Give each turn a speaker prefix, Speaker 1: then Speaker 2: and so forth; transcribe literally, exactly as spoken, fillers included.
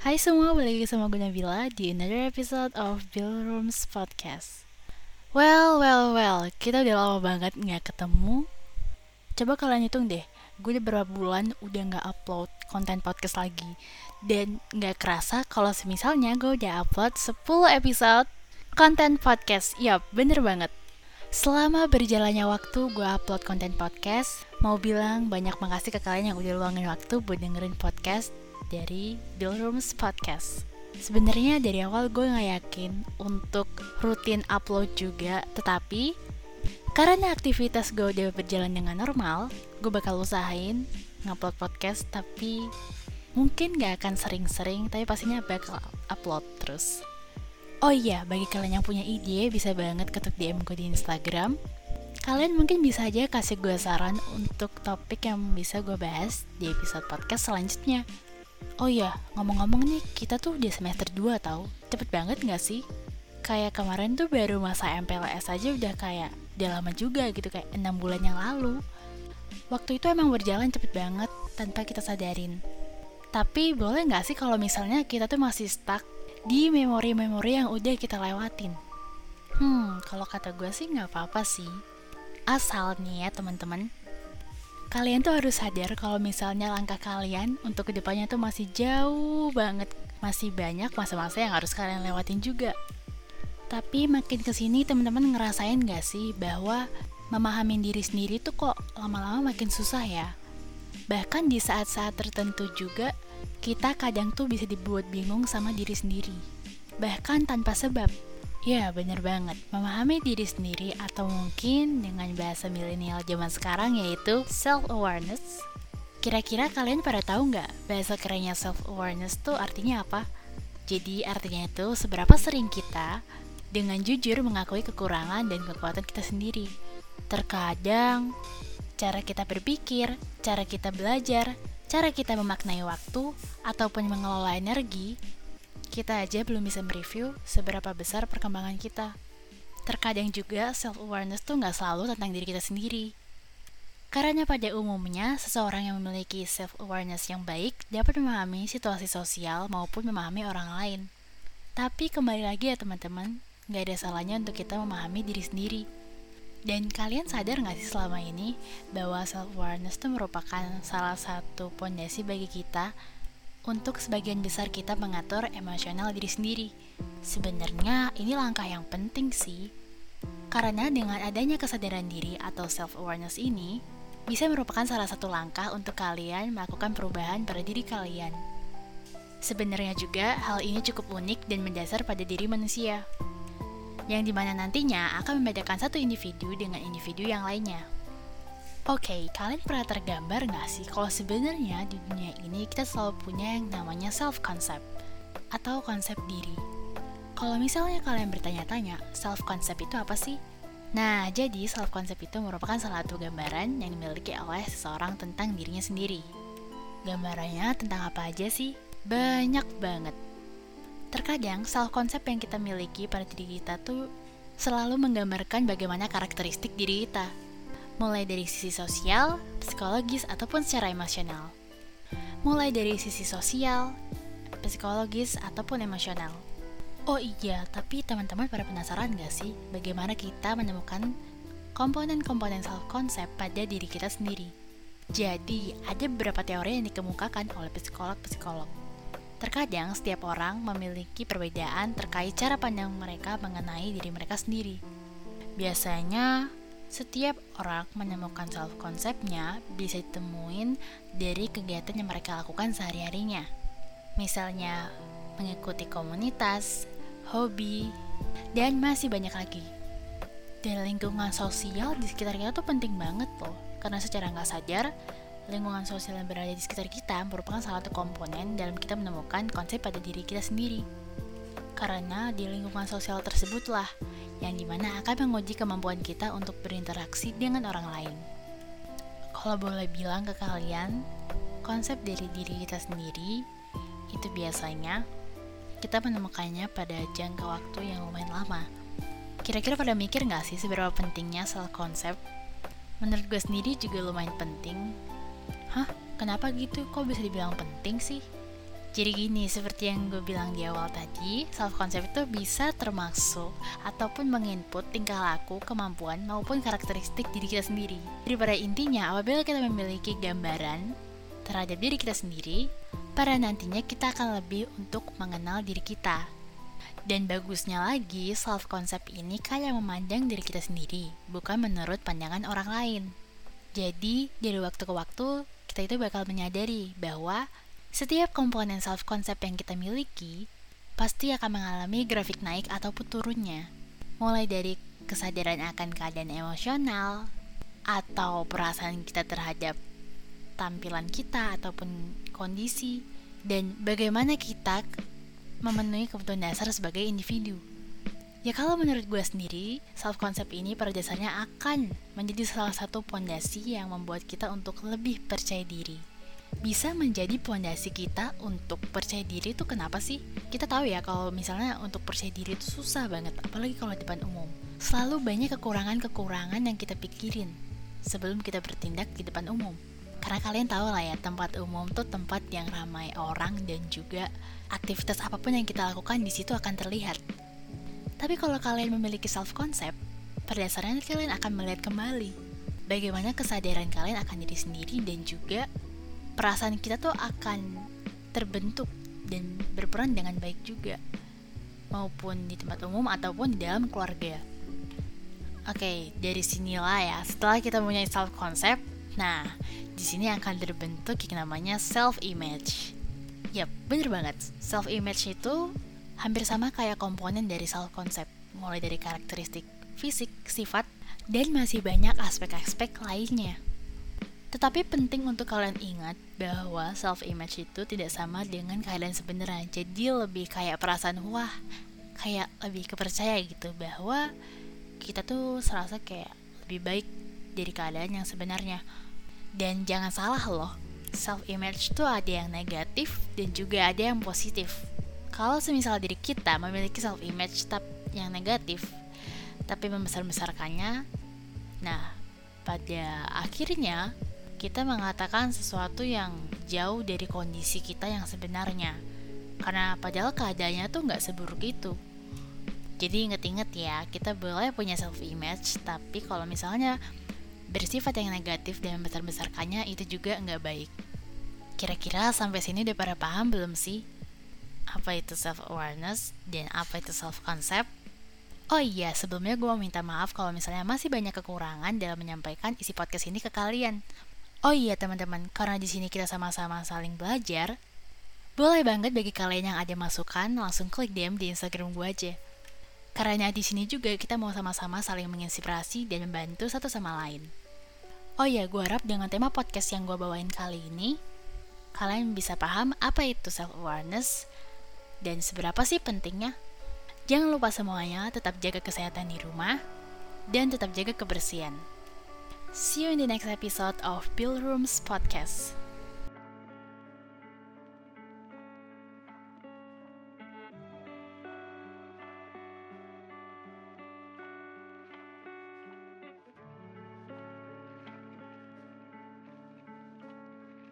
Speaker 1: Hai semua, balik lagi sama gue Nabila di another episode of Bill Rooms Podcast. Well, well, well, kita udah lama banget nggak ketemu. Coba kalian hitung deh, gue udah berapa bulan udah nggak upload konten podcast lagi. Dan nggak kerasa kalau semisalnya gue udah upload sepuluh episode konten podcast. Yap, bener banget. Selama berjalannya waktu gue upload konten podcast, mau bilang banyak makasih ke kalian yang udah luangin waktu buat dengerin podcast dari Bill Rooms Podcast. Sebenarnya dari awal gue nggak yakin untuk rutin upload juga, tetapi karena aktivitas gue udah berjalan dengan normal, gue bakal usahain ngupload podcast, tapi mungkin nggak akan sering-sering, tapi pastinya bakal upload terus. Oh iya, bagi kalian yang punya ide, bisa banget ketuk D M gue di Instagram. Kalian mungkin bisa aja kasih gue saran untuk topik yang bisa gue bahas di episode podcast selanjutnya. Oh iya, ngomong-ngomong nih, kita tuh udah semester dua tau. Cepet banget gak sih? Kayak kemarin tuh baru masa M P L S aja udah kayak, udah lama juga gitu, kayak enam bulan yang lalu. Waktu itu emang berjalan cepet banget tanpa kita sadarin. Tapi boleh gak sih kalau misalnya kita tuh masih stuck di memori-memori yang udah kita lewatin? Hmm, kalau kata gue sih gak apa-apa sih. Asal nih ya teman-teman, kalian tuh harus sadar kalau misalnya langkah kalian untuk kedepannya tuh masih jauh banget. Masih banyak masa-masa yang harus kalian lewatin juga. Tapi makin kesini teman-teman ngerasain gak sih bahwa memahami diri sendiri tuh kok lama-lama makin susah ya? Bahkan di saat-saat tertentu juga, kita kadang tuh bisa dibuat bingung sama diri sendiri. Bahkan tanpa sebab. Ya, bener banget. Memahami diri sendiri atau mungkin dengan bahasa milenial zaman sekarang yaitu self-awareness. Kira-kira kalian pada tahu nggak bahasa kerennya self-awareness tuh artinya apa? Jadi artinya itu seberapa sering kita dengan jujur mengakui kekurangan dan kekuatan kita sendiri. Terkadang, cara kita berpikir, cara kita belajar, cara kita memaknai waktu, ataupun mengelola energi, kita aja belum bisa mereview seberapa besar perkembangan kita. Terkadang juga self-awareness tuh gak selalu tentang diri kita sendiri. Karena pada umumnya, seseorang yang memiliki self-awareness yang baik dapat memahami situasi sosial maupun memahami orang lain. Tapi kembali lagi ya teman-teman, gak ada salahnya untuk kita memahami diri sendiri. Dan kalian sadar gak sih selama ini bahwa self-awareness tuh merupakan salah satu pondasi bagi kita untuk sebagian besar kita mengatur emosional diri sendiri. Sebenarnya ini langkah yang penting sih. Karena dengan adanya kesadaran diri atau self-awareness ini, bisa merupakan salah satu langkah untuk kalian melakukan perubahan pada diri kalian. Sebenarnya juga hal ini cukup unik dan mendasar pada diri manusia, yang dimana nantinya akan membedakan satu individu dengan individu yang lainnya. Oke, okay, kalian pernah tergambar gak sih kalau sebenarnya di dunia ini kita selalu punya yang namanya self-concept atau konsep diri. Kalau misalnya kalian bertanya-tanya, self-concept itu apa sih? Nah, jadi self-concept itu merupakan salah satu gambaran yang dimiliki oleh seseorang tentang dirinya sendiri. Gambarannya tentang apa aja sih? Banyak banget. Terkadang self-concept yang kita miliki pada diri kita tuh selalu menggambarkan bagaimana karakteristik diri kita, mulai dari sisi sosial, psikologis, ataupun secara emosional. Mulai dari sisi sosial, psikologis, ataupun emosional. Oh iya, tapi teman-teman pada penasaran gak sih bagaimana kita menemukan komponen-komponen self-concept pada diri kita sendiri? Jadi, ada beberapa teori yang dikemukakan oleh psikolog-psikolog. Terkadang setiap orang memiliki perbedaan terkait cara pandang mereka mengenai diri mereka sendiri. Biasanya, setiap orang menemukan self-konsepnya bisa ditemuin dari kegiatan yang mereka lakukan sehari-harinya. Misalnya, mengikuti komunitas, hobi, dan masih banyak lagi. Dan lingkungan sosial di sekitar kita tuh penting banget loh, karena secara nggak sadar, lingkungan sosial yang berada di sekitar kita merupakan salah satu komponen dalam kita menemukan konsep pada diri kita sendiri. Karena di lingkungan sosial tersebutlah yang dimana akan menguji kemampuan kita untuk berinteraksi dengan orang lain. Kalau boleh bilang ke kalian, konsep dari diri kita sendiri itu biasanya kita menemukannya pada jangka waktu yang lumayan lama. Kira-kira pada mikir gak sih seberapa pentingnya self-concept? Menurut gue sendiri juga lumayan penting. Hah? Kenapa gitu? Kok bisa dibilang penting sih? Jadi gini, seperti yang gue bilang di awal tadi, self-concept itu bisa termasuk ataupun menginput tingkah laku, kemampuan, maupun karakteristik diri kita sendiri. Jadi pada intinya, apabila kita memiliki gambaran terhadap diri kita sendiri, pada nantinya kita akan lebih untuk mengenal diri kita. Dan bagusnya lagi, self-concept ini kayak memandang diri kita sendiri, bukan menurut pandangan orang lain. Jadi, dari waktu ke waktu, kita itu bakal menyadari bahwa setiap komponen self-concept yang kita miliki pasti akan mengalami grafik naik ataupun turunnya. Mulai dari kesadaran akan keadaan emosional, atau perasaan kita terhadap tampilan kita ataupun kondisi, dan bagaimana kita memenuhi kebutuhan dasar sebagai individu. Ya kalau menurut gue sendiri, self-concept ini pada dasarnya akan menjadi salah satu pondasi yang membuat kita untuk lebih percaya diri. Bisa menjadi pondasi kita untuk percaya diri itu kenapa sih? Kita tahu ya kalau misalnya untuk percaya diri itu susah banget, apalagi kalau di depan umum. Selalu banyak kekurangan-kekurangan yang kita pikirin sebelum kita bertindak di depan umum. Karena kalian tahu lah ya, tempat umum tuh tempat yang ramai orang dan juga aktivitas apapun yang kita lakukan di situ akan terlihat. Tapi kalau kalian memiliki self-concept, pada dasarnya kalian akan melihat kembali bagaimana kesadaran kalian akan diri sendiri dan juga perasaan kita tuh akan terbentuk dan berperan dengan baik juga, maupun di tempat umum ataupun di dalam keluarga. Oke, dari sinilah ya, setelah kita punya self-concept, nah, di sini akan terbentuk yang namanya self-image. Yap, bener banget. Self-image itu hampir sama kayak komponen dari self-concept, mulai dari karakteristik fisik, sifat, dan masih banyak aspek-aspek lainnya. Tetapi penting untuk kalian ingat bahwa self-image itu tidak sama dengan keadaan sebenarnya. Jadi lebih kayak perasaan wah, kayak lebih kepercaya gitu bahwa kita tuh serasa kayak lebih baik dari keadaan yang sebenarnya. Dan jangan salah loh, self-image tuh ada yang negatif dan juga ada yang positif. Kalau semisal diri kita memiliki self-image yang negatif, tapi membesar-besarkannya, nah pada akhirnya kita mengatakan sesuatu yang jauh dari kondisi kita yang sebenarnya. Karena padahal keadaannya tuh gak seburuk itu. Jadi inget-inget ya, kita boleh punya self-image, tapi kalau misalnya bersifat yang negatif dan membesar-besarkannya, itu juga gak baik. Kira-kira sampai sini udah pada paham belum sih? Apa itu self-awareness dan apa itu self-concept? Oh iya, sebelumnya gue mau minta maaf kalau misalnya masih banyak kekurangan dalam menyampaikan isi podcast ini ke kalian. Oh iya teman-teman, karena di sini kita sama-sama saling belajar, boleh banget bagi kalian yang ada masukan langsung klik D M di Instagram gue aja. Karena di sini juga kita mau sama-sama saling menginspirasi dan membantu satu sama lain. Oh iya, gue harap dengan tema podcast yang gue bawain kali ini, kalian bisa paham apa itu self-awareness dan seberapa sih pentingnya. Jangan lupa semuanya tetap jaga kesehatan di rumah dan tetap jaga kebersihan. See you in the next episode of Billroom's Podcast.